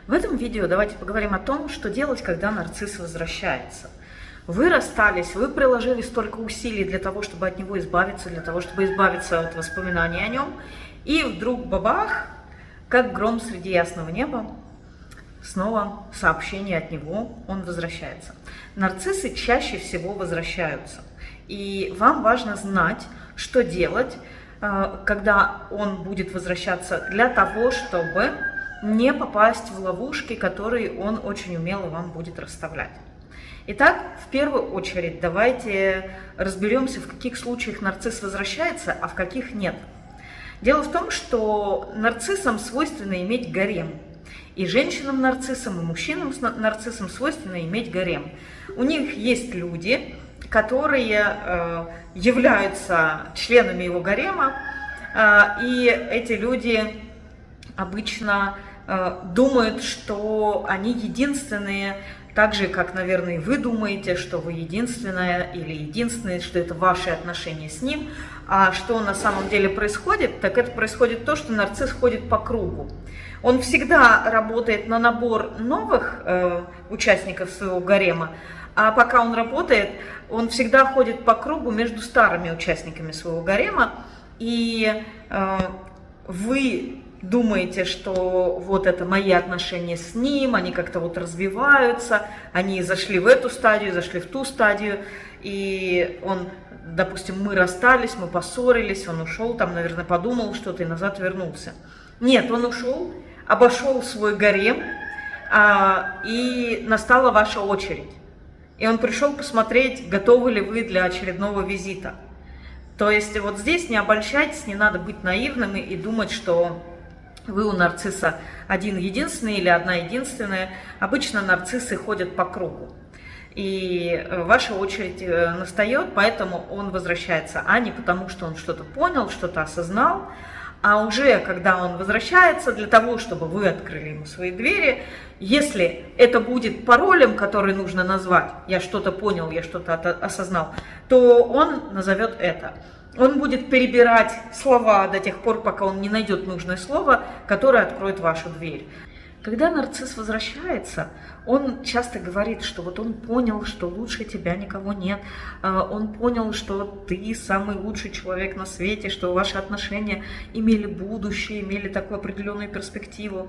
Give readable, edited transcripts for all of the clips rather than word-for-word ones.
В этом видео давайте поговорим о том, что делать, когда нарцисс возвращается. Вы расстались, вы приложили столько усилий для того, чтобы от него избавиться, для того, чтобы избавиться от воспоминаний о нем, и вдруг бабах, как гром среди ясного неба, снова сообщение от него, он возвращается. Нарциссы чаще всего возвращаются, и вам важно знать, что делать, когда он будет возвращаться, для того, чтобы не попасть в ловушки, которые он очень умело вам будет расставлять. Итак, в первую очередь давайте разберемся, в каких случаях нарцисс возвращается, а в каких нет. Дело в том, что нарциссам свойственно иметь гарем. И женщинам-нарциссам, и мужчинам-нарциссам свойственно иметь гарем. У них есть люди, которые являются членами его гарема, и эти люди обычно думают, что они единственные, так же, как, наверное, вы думаете, что вы единственная или единственный, что это ваши отношения с ним. А что на самом деле происходит? Так это происходит то, что нарцисс ходит по кругу. Он всегда работает на набор новых участников своего гарема, а пока он работает, он всегда ходит по кругу между старыми участниками своего гарема, и вы думаете, что вот это мои отношения с ним, они как-то вот развиваются, они зашли в эту стадию, зашли в ту стадию, и он, допустим, мы расстались, мы поссорились, он ушел, там, наверное, подумал что-то и назад вернулся. Нет, он ушел, обошел свой гарем, и настала ваша очередь. И он пришел посмотреть, готовы ли вы для очередного визита. То есть вот здесь не обольщайтесь, не надо быть наивными и думать, что вы у нарцисса один единственный или одна единственная. Обычно нарциссы ходят по кругу. И ваша очередь настает, поэтому он возвращается, а не потому, что он что-то понял, что-то осознал. А уже когда он возвращается, для того, чтобы вы открыли ему свои двери, если это будет паролем, который нужно назвать, я что-то понял, я что-то осознал, то он назовет это. Он будет перебирать слова до тех пор, пока он не найдет нужное слово, которое откроет вашу дверь. Когда нарцисс возвращается, он часто говорит, что вот он понял, что лучше тебя никого нет, он понял, что ты самый лучший человек на свете, что ваши отношения имели будущее, имели такую определенную перспективу.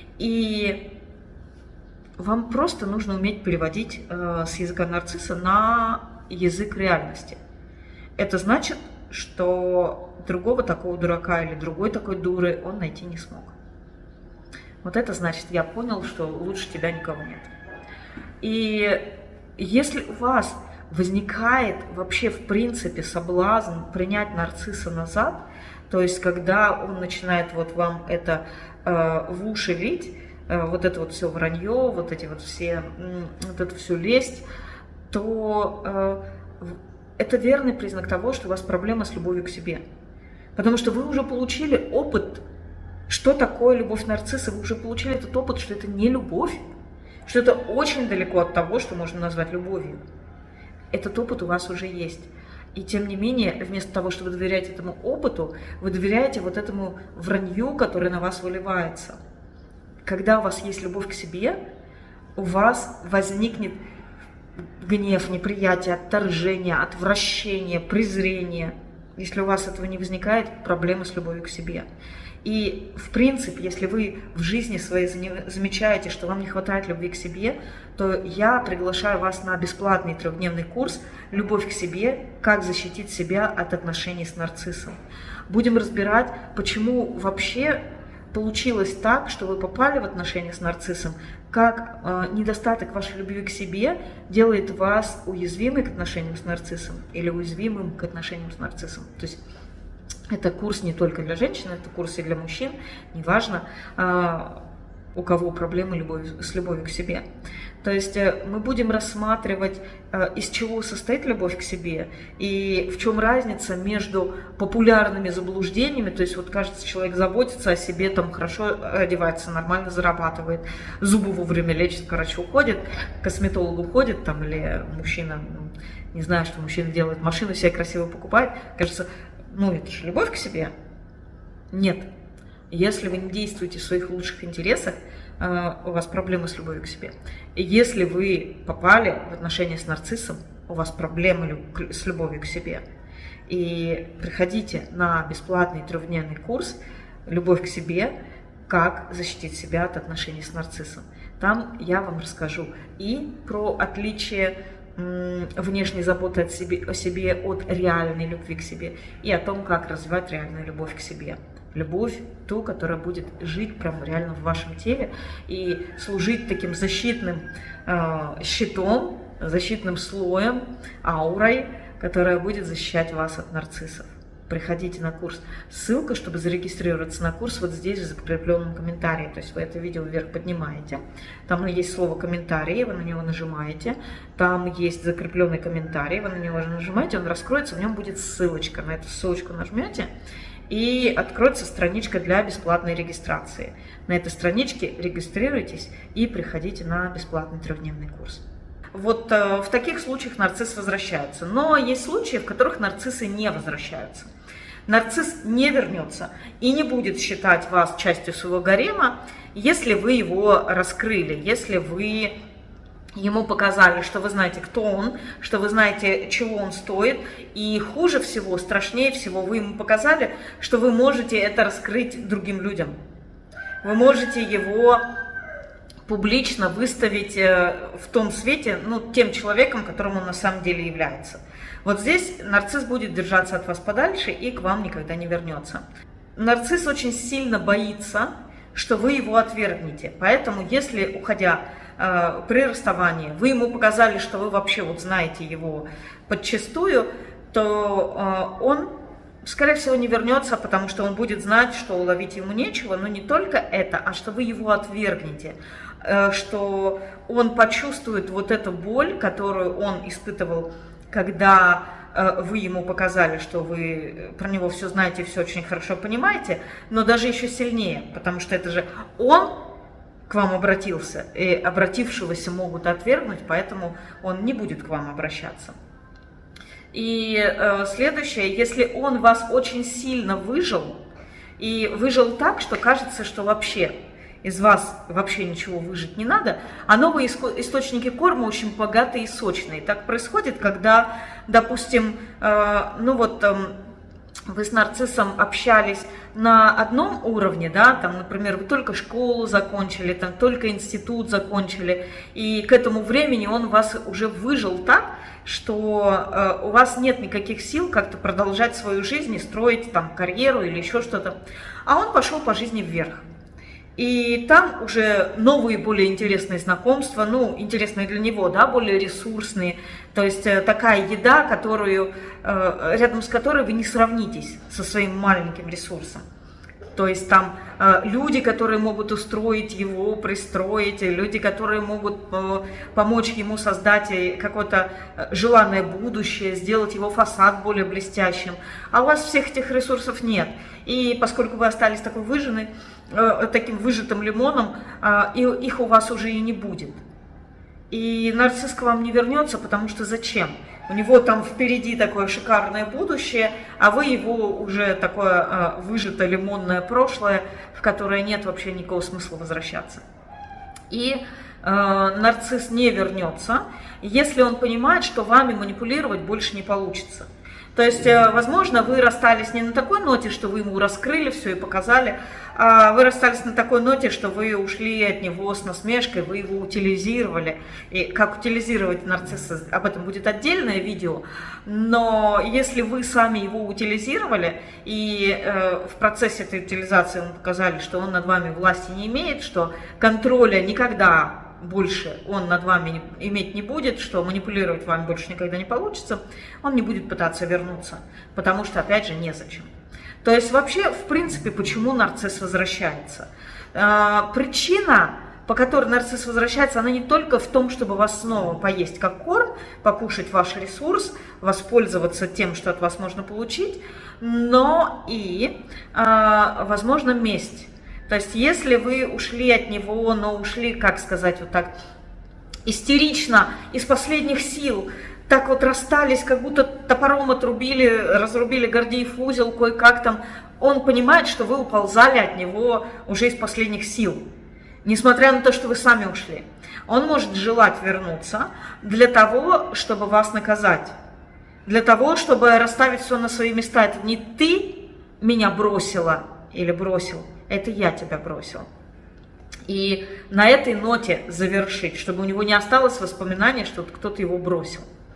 И вам просто нужно уметь переводить с языка нарцисса на язык реальности. Это значит, что другого такого дурака или другой такой дуры он найти не смог. Вот это значит, я понял, что лучше тебя никого нет. И если у вас возникает вообще в принципе соблазн принять нарцисса назад, то есть когда он начинает вот вам это в уши лить, вот это вот все вранье, вот эти вот все, вот это все лесть, то это верный признак того, что у вас проблема с любовью к себе. Потому что вы уже получили опыт, что такое любовь нарцисса, вы уже получили этот опыт, что это не любовь, что это очень далеко от того, что можно назвать любовью. Этот опыт у вас уже есть. И тем не менее, вместо того, чтобы доверять этому опыту, вы доверяете вот этому вранью, которое на вас выливается. Когда у вас есть любовь к себе, у вас возникнет гнев, неприятие, отторжение, отвращение, презрение. Если у вас этого не возникает, проблема с любовью к себе. И, в принципе, если вы в жизни своей замечаете, что вам не хватает любви к себе, то я приглашаю вас на бесплатный 3-дневный курс «Любовь к себе. Как защитить себя от отношений с нарциссом». Будем разбирать, почему вообще получилось так, что вы попали в отношения с нарциссом, как недостаток вашей любви к себе делает вас уязвимой к отношениям с нарциссом или уязвимым к отношениям с нарциссом. То есть это курс не только для женщин, это курс и для мужчин, неважно, у кого проблемы с любовью к себе. То есть мы будем рассматривать, из чего состоит любовь к себе и в чем разница между популярными заблуждениями, то есть вот кажется, человек заботится о себе, там хорошо одевается, нормально зарабатывает, зубы вовремя лечит, короче, уходит, к косметологу ходит, там, или мужчина, не знаю, что мужчина делает, машину себе красиво покупает, кажется, ну это же любовь к себе. Нет. Если вы не действуете в своих лучших интересах, у вас проблемы с любовью к себе. И если вы попали в отношения с нарциссом, у вас проблемы с любовью к себе. И приходите на бесплатный 3-дневный курс «Любовь к себе. Как защитить себя от отношений с нарциссом». Там я вам расскажу и про отличие внешней заботы о себе от реальной любви к себе, и о том, как развивать реальную любовь к себе. Любовь, ту, которая будет жить прямо реально в вашем теле и служить таким защитным щитом, защитным слоем, аурой, которая будет защищать вас от нарциссов. Приходите на курс. Ссылка, чтобы зарегистрироваться на курс, вот здесь в закрепленном комментарии. То есть вы это видео вверх поднимаете. Там есть слово «комментарии», вы на него нажимаете. Там есть закрепленный комментарий, вы на него нажимаете, он раскроется, в нем будет ссылочка. На эту ссылочку нажмете, и откроется страничка для бесплатной регистрации. На этой страничке регистрируйтесь и приходите на бесплатный 3-дневный курс. Вот в таких случаях нарцисс возвращается. Но есть случаи, в которых нарциссы не возвращаются. Нарцисс не вернется и не будет считать вас частью своего гарема, если вы его раскрыли, если вы ему показали, что вы знаете, кто он, что вы знаете, чего он стоит. И хуже всего, страшнее всего, вы ему показали, что вы можете это раскрыть другим людям. Вы можете его публично выставить в том свете, тем человеком, которым он на самом деле является. Вот здесь нарцисс будет держаться от вас подальше и к вам никогда не вернется. Нарцисс очень сильно боится, что вы его отвергнете. Поэтому, если, уходя при расставании, вы ему показали, что вы вообще знаете его подчистую, то он, скорее всего, не вернется, потому что он будет знать, что уловить ему нечего, но не только это, а что вы его отвергнете, что он почувствует вот эту боль, которую он испытывал, когда вы ему показали, что вы про него все знаете, все очень хорошо понимаете, но даже еще сильнее, потому что это же он к вам обратился, и обратившегося могут отвергнуть, поэтому он не будет к вам обращаться. И следующее, если он вас очень сильно выжил, и выжил так, что кажется, что вообще из вас вообще ничего выжить не надо, а новые источники корма очень богатые и сочные. Так происходит, когда, допустим, вы с нарциссом общались на одном уровне, да, там, например, вы только школу закончили, там, только институт закончили, и к этому времени он вас уже выжил так, что у вас нет никаких сил как-то продолжать свою жизнь и строить там карьеру или еще что-то, а он пошел по жизни вверх. И там уже новые, более интересные знакомства, интересные для него, да, более ресурсные. То есть такая еда, рядом с которой вы не сравнитесь со своим маленьким ресурсом. То есть там люди, которые могут устроить его, пристроить, люди, которые могут помочь ему создать какое-то желанное будущее, сделать его фасад более блестящим. А у вас всех этих ресурсов нет. И поскольку вы остались таким выжатым лимоном, их у вас уже и не будет. И нарцисс к вам не вернется, потому что зачем? У него там впереди такое шикарное будущее, а вы его уже такое выжато-лимонное прошлое, в которое нет вообще никакого смысла возвращаться. И нарцисс не вернется, если он понимает, что вами манипулировать больше не получится. То есть, возможно, вы расстались не на такой ноте, что вы ему раскрыли все и показали, а вы расстались на такой ноте, что вы ушли от него с насмешкой, вы его утилизировали. И как утилизировать нарцисса, об этом будет отдельное видео. Но если вы сами его утилизировали, и в процессе этой утилизации ему показали, что он над вами власти не имеет, что контроля никогда больше он над вами иметь не будет, что манипулировать вами больше никогда не получится, он не будет пытаться вернуться, потому что, опять же, незачем. То есть вообще, в принципе, почему нарцисс возвращается? Причина, по которой нарцисс возвращается, она не только в том, чтобы вас снова поесть как корм, покушать ваш ресурс, воспользоваться тем, что от вас можно получить, но и, возможно, месть. То есть, если вы ушли от него, но ушли, как сказать, вот так истерично, из последних сил, так вот расстались, как будто топором отрубили, разрубили Гордиев узел, кое-как там, он понимает, что вы уползали от него уже из последних сил. несмотря на то, что вы сами ушли. Он может желать вернуться для того, чтобы вас наказать, для того, чтобы расставить все на свои места. Это не ты меня бросила или бросил, это я тебя бросил. И на этой ноте завершить, чтобы у него не осталось воспоминания, что кто-то его бросил.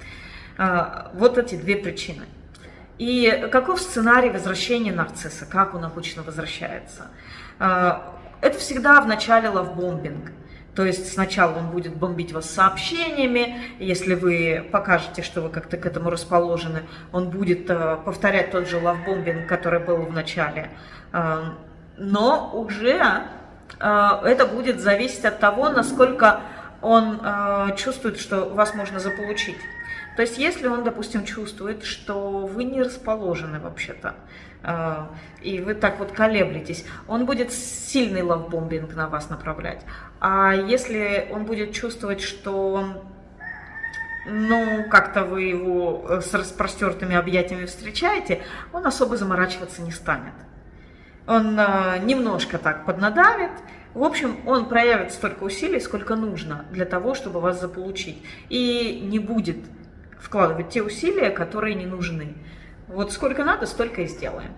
Вот эти две причины. И каков сценарий возвращения нарцисса, как он обычно возвращается? Это всегда в начале лавбомбинг. То есть сначала он будет бомбить вас сообщениями, если вы покажете, что вы как-то к этому расположены, он будет повторять тот же лавбомбинг, который был в начале. Но уже это будет зависеть от того, насколько он чувствует, что вас можно заполучить. То есть если он, допустим, чувствует, что вы не расположены вообще-то, и вы так вот колеблетесь, он будет сильный лавбомбинг на вас направлять. А если он будет чувствовать, что как-то вы его с распростертыми объятиями встречаете, он особо заморачиваться не станет. Он немножко так поднадавит. В общем, он проявит столько усилий, сколько нужно для того, чтобы вас заполучить. И не будет вкладывать те усилия, которые не нужны. Вот сколько надо, столько и сделаем.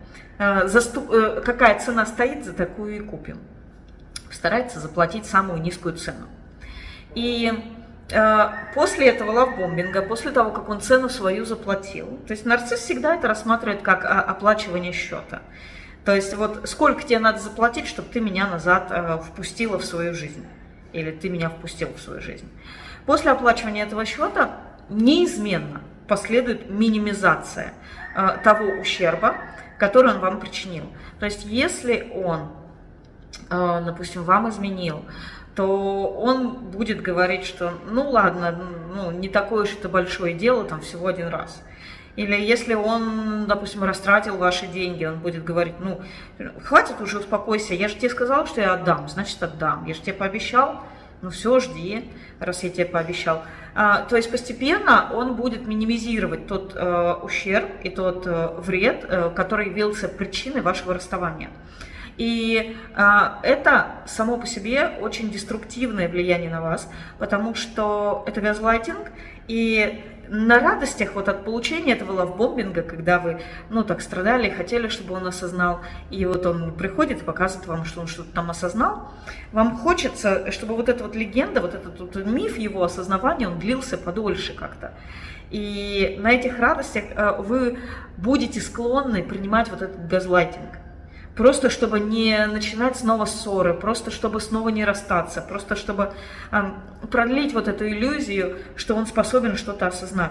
Какая цена стоит, за такую и купим. Старается заплатить самую низкую цену. И после этого лавбомбинга, после того, как он цену свою заплатил, то есть нарцисс всегда это рассматривает как оплачивание счета. То есть вот сколько тебе надо заплатить, чтобы ты меня назад впустила в свою жизнь. Или ты меня впустил в свою жизнь. После оплачивания этого счета неизменно последует минимизация того ущерба, который он вам причинил. То есть если он, допустим, вам изменил, то он будет говорить, что ладно, не такое уж это большое дело, там всего один раз. Или если он, допустим, растратил ваши деньги, он будет говорить, хватит уже, успокойся, я же тебе сказал, что я отдам, значит отдам. Я же тебе пообещал, все, жди, раз я тебе пообещал. То есть постепенно он будет минимизировать тот ущерб и тот вред, который явился причиной вашего расставания. И это само по себе очень деструктивное влияние на вас, потому что это газлайтинг, и на радостях вот от получения этого лавбомбинга, когда вы, так страдали, хотели, чтобы он осознал, и вот он приходит и показывает вам, что он что-то там осознал, вам хочется, чтобы вот эта вот легенда, вот этот вот миф его осознавания, он длился подольше как-то. И на этих радостях вы будете склонны принимать вот этот газлайтинг. Просто чтобы не начинать снова ссоры, просто чтобы снова не расстаться, просто чтобы продлить вот эту иллюзию, что он способен что-то осознать.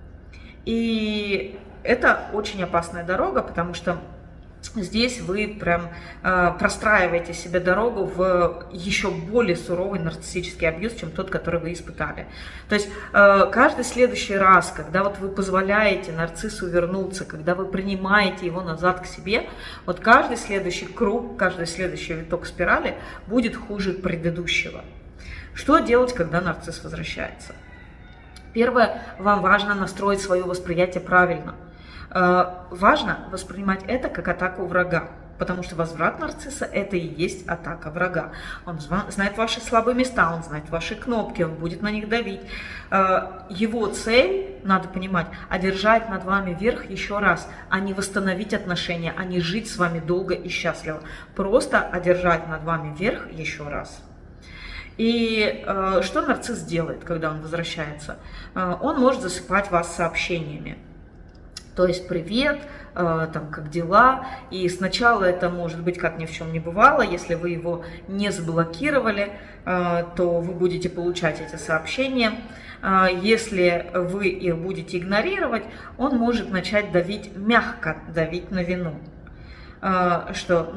И это очень опасная дорога, потому что здесь вы прям простраиваете себе дорогу в еще более суровый нарциссический абьюз, чем тот, который вы испытали. То есть каждый следующий раз, когда вот вы позволяете нарциссу вернуться, когда вы принимаете его назад к себе, вот каждый следующий круг, каждый следующий виток спирали будет хуже предыдущего. Что делать, когда нарцисс возвращается? Первое, вам важно настроить свое восприятие правильно. Важно воспринимать это как атаку врага, потому что возврат нарцисса – это и есть атака врага. Он знает ваши слабые места, он знает ваши кнопки, он будет на них давить. Его цель, надо понимать, одержать над вами верх еще раз, а не восстановить отношения, а не жить с вами долго и счастливо. Просто одержать над вами верх еще раз. И что нарцисс делает, когда он возвращается? Он может засыпать вас сообщениями. То есть привет, как дела, и сначала это может быть как ни в чем не бывало, если вы его не заблокировали, то вы будете получать эти сообщения. Если вы их будете игнорировать, он может начать давить, мягко давить на вину, что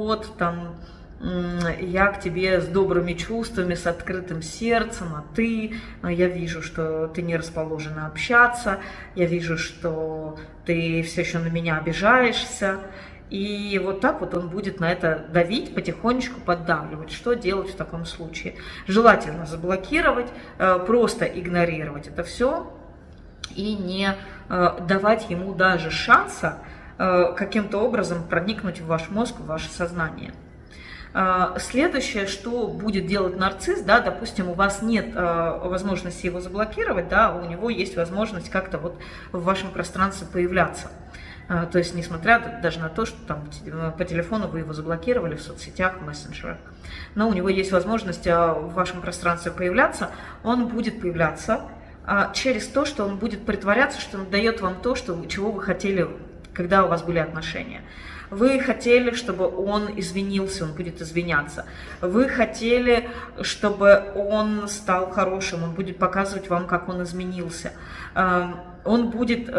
я к тебе с добрыми чувствами, с открытым сердцем, а я вижу, что ты не расположена общаться, я вижу, что ты все еще на меня обижаешься. И вот так вот он будет на это давить, потихонечку поддавливать. Что делать в таком случае? Желательно заблокировать, просто игнорировать это все и не давать ему даже шанса каким-то образом проникнуть в ваш мозг, в ваше сознание. Следующее, что будет делать нарцисс, да, допустим, у вас нет возможности его заблокировать, да, у него есть возможность как-то вот в вашем пространстве появляться. То есть, несмотря даже на то, что там по телефону вы его заблокировали в соцсетях, в мессенджерах, но у него есть возможность в вашем пространстве появляться, он будет появляться через то, что он будет притворяться, что он дает вам то, чего вы хотели, когда у вас были отношения. Вы хотели, чтобы он извинился, он будет извиняться. Вы хотели, чтобы он стал хорошим, он будет показывать вам, как он изменился. Он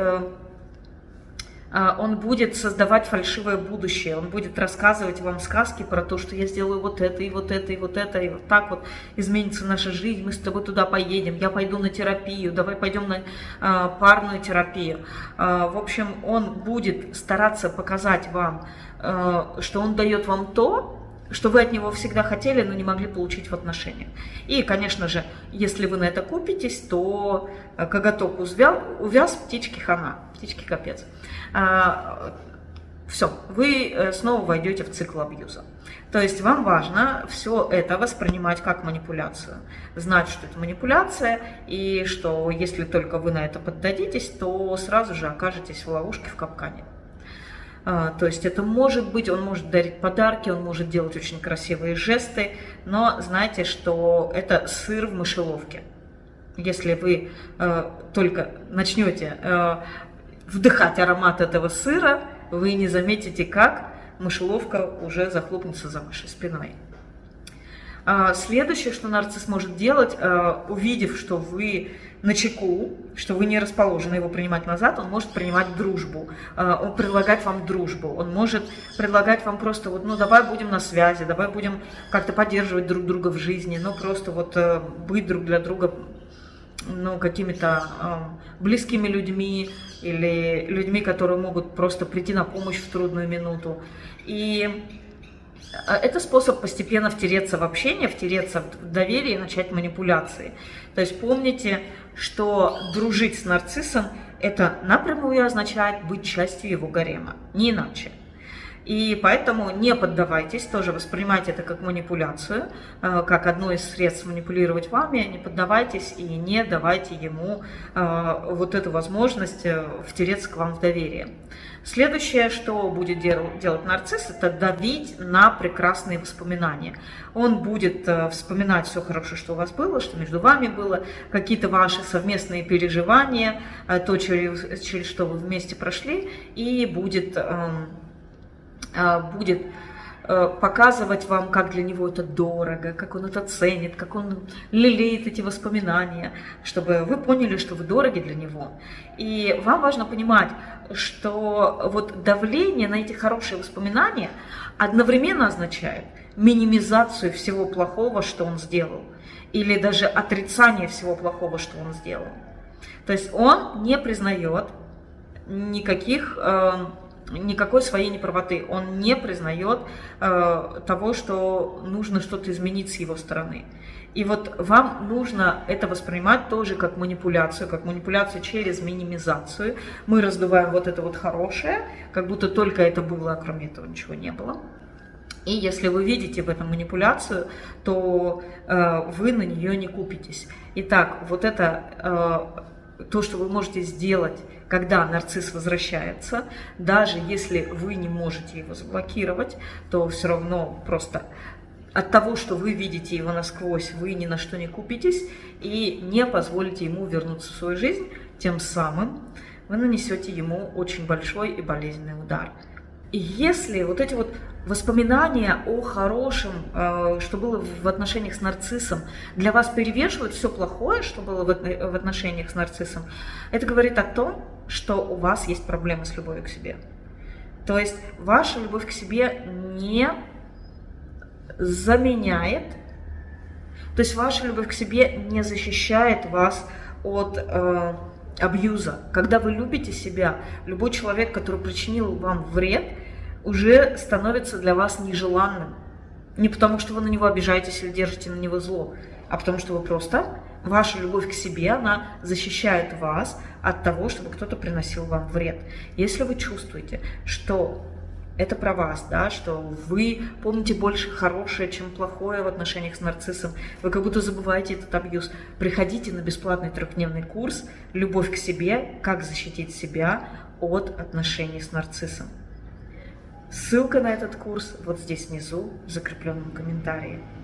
будет создавать фальшивое будущее, он будет рассказывать вам сказки про то, что я сделаю вот это, и вот это, и вот это, и вот так вот изменится наша жизнь, мы с тобой туда поедем, я пойду на терапию, давай пойдем на парную терапию. В общем, он будет стараться показать вам, что он дает вам то, что вы от него всегда хотели, но не могли получить в отношениях. И, конечно же, если вы на это купитесь, то коготок увяз, птички хана, птички капец. Все, вы снова войдете в цикл абьюза. То есть вам важно все это воспринимать как манипуляцию, знать, что это манипуляция, и что если только вы на это поддадитесь, то сразу же окажетесь в ловушке, в капкане. То есть это может быть, он может дарить подарки, он может делать очень красивые жесты, но знайте, что это сыр в мышеловке. Если вы только начнете вдыхать аромат этого сыра, вы не заметите, как мышеловка уже захлопнется за вашей спиной. Следующее, что нарцисс может делать, увидев, что вы начеку, что вы не расположены его принимать назад, он может принимать дружбу, он предлагать вам дружбу, он может предлагать вам просто вот, ну давай будем на связи, давай будем как-то поддерживать друг друга в жизни, ну просто вот быть друг для друга, ну, какими-то близкими людьми или людьми, которые могут просто прийти на помощь в трудную минуту. И это способ постепенно втереться в общение, втереться в доверие и начать манипуляции. То есть помните, что дружить с нарциссом – это напрямую означает быть частью его гарема, не иначе. И поэтому не поддавайтесь, тоже воспринимайте это как манипуляцию, как одно из средств манипулировать вами, не поддавайтесь и не давайте ему вот эту возможность втереться к вам в доверие. Следующее, что будет делать нарцисс, это давить на прекрасные воспоминания. Он будет вспоминать все хорошее, что у вас было, что между вами было, какие-то ваши совместные переживания, то, через что вы вместе прошли, и будет показывать вам, как для него это дорого, как он это ценит, как он лелеет эти воспоминания, чтобы вы поняли, что вы дороги для него. И вам важно понимать, что вот давление на эти хорошие воспоминания одновременно означает минимизацию всего плохого, что он сделал, или даже отрицание всего плохого, что он сделал. То есть он не признает никакой своей неправоты, он не признает того, что нужно что-то изменить с его стороны. И вот вам нужно это воспринимать тоже как манипуляцию через минимизацию. Мы раздуваем вот это вот хорошее, как будто только это было, а кроме этого ничего не было. И если вы видите в этом манипуляцию, то вы на нее не купитесь. Итак, вот это то, что вы можете сделать, когда нарцисс возвращается, даже если вы не можете его заблокировать, то все равно просто от того, что вы видите его насквозь, вы ни на что не купитесь и не позволите ему вернуться в свою жизнь, тем самым вы нанесете ему очень большой и болезненный удар. И если вот эти вот воспоминания о хорошем, что было в отношениях с нарциссом, для вас перевешивают все плохое, что было в отношениях с нарциссом, это говорит о том, что у вас есть проблемы с любовью к себе. То есть ваша любовь к себе не заменяет, то есть ваша любовь к себе не защищает вас от абьюза. Когда вы любите себя, любой человек, который причинил вам вред, уже становится для вас нежеланным. Не потому, что вы на него обижаетесь или держите на него зло, а потому что вы просто, ваша любовь к себе, она защищает вас от того, чтобы кто-то приносил вам вред. Если вы чувствуете, что это про вас, да, что вы помните больше хорошее, чем плохое в отношениях с нарциссом, вы как будто забываете этот абьюз. Приходите на бесплатный 3-дневный курс «Любовь к себе. Как защитить себя от отношений с нарциссом». Ссылка на этот курс вот здесь внизу в закрепленном комментарии.